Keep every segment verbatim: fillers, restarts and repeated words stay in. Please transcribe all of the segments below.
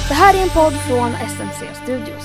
Det här är en podd från S M C Studios.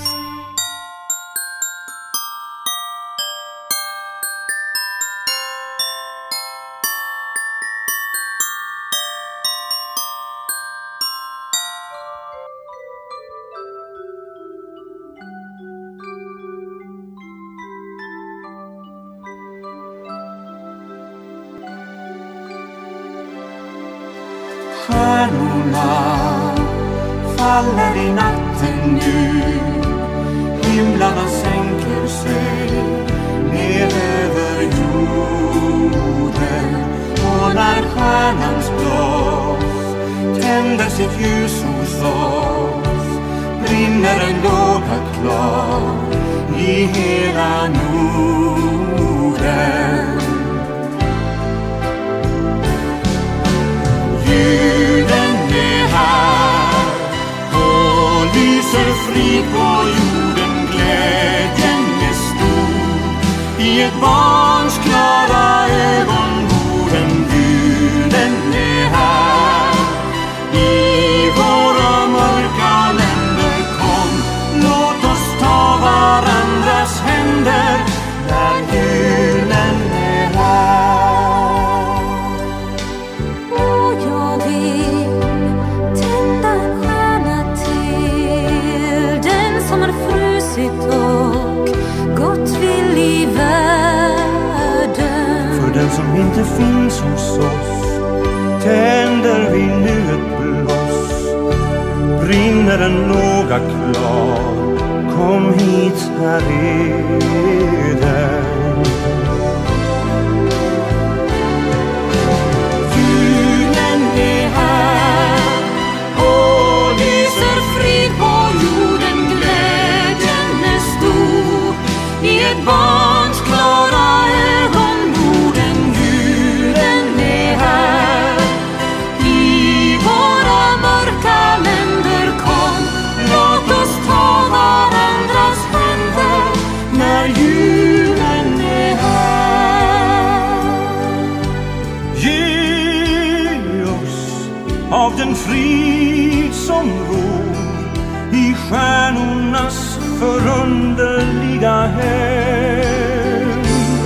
Stjärnorna faller i natten nu, himlarna sänker sig ner över jorden. Och när stjärnans blås tänder sitt ljus hos oss, brinner en låga klar i hela Norden. Julen är här och lyser fri på jorden. Glädjen är stor i ett barns klara ögon. Borden, julen är här i våra mörka länder. Kom, låt oss ta varandras händer när julen är här. Och gott vill i världen. För den som inte finns hos oss tänder vi nu ett bloss. Brinner en låga klar, kom hit, här är den. Julen är här och lyser frid på jorden. I ett barns klara ögon. Norden, julen är här i våra mörka länder. Kom, låt oss ta varandras händer när julen är här. Ge oss av den frid som rår i stjärnornas förunderliga hem.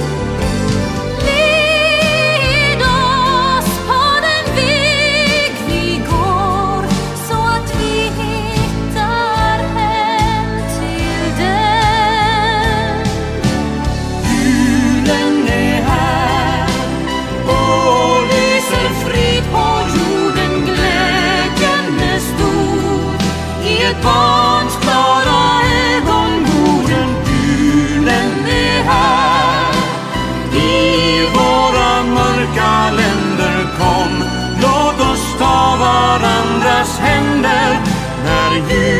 Led oss på den väg vi går, så att vi hittar hem till den. Julen är här och lyser frid på jorden. Glädjen är stor i ett barns klara ögon. Norden, julen är här i våra mörka länder. Kom, låt oss ta varandras händer när julen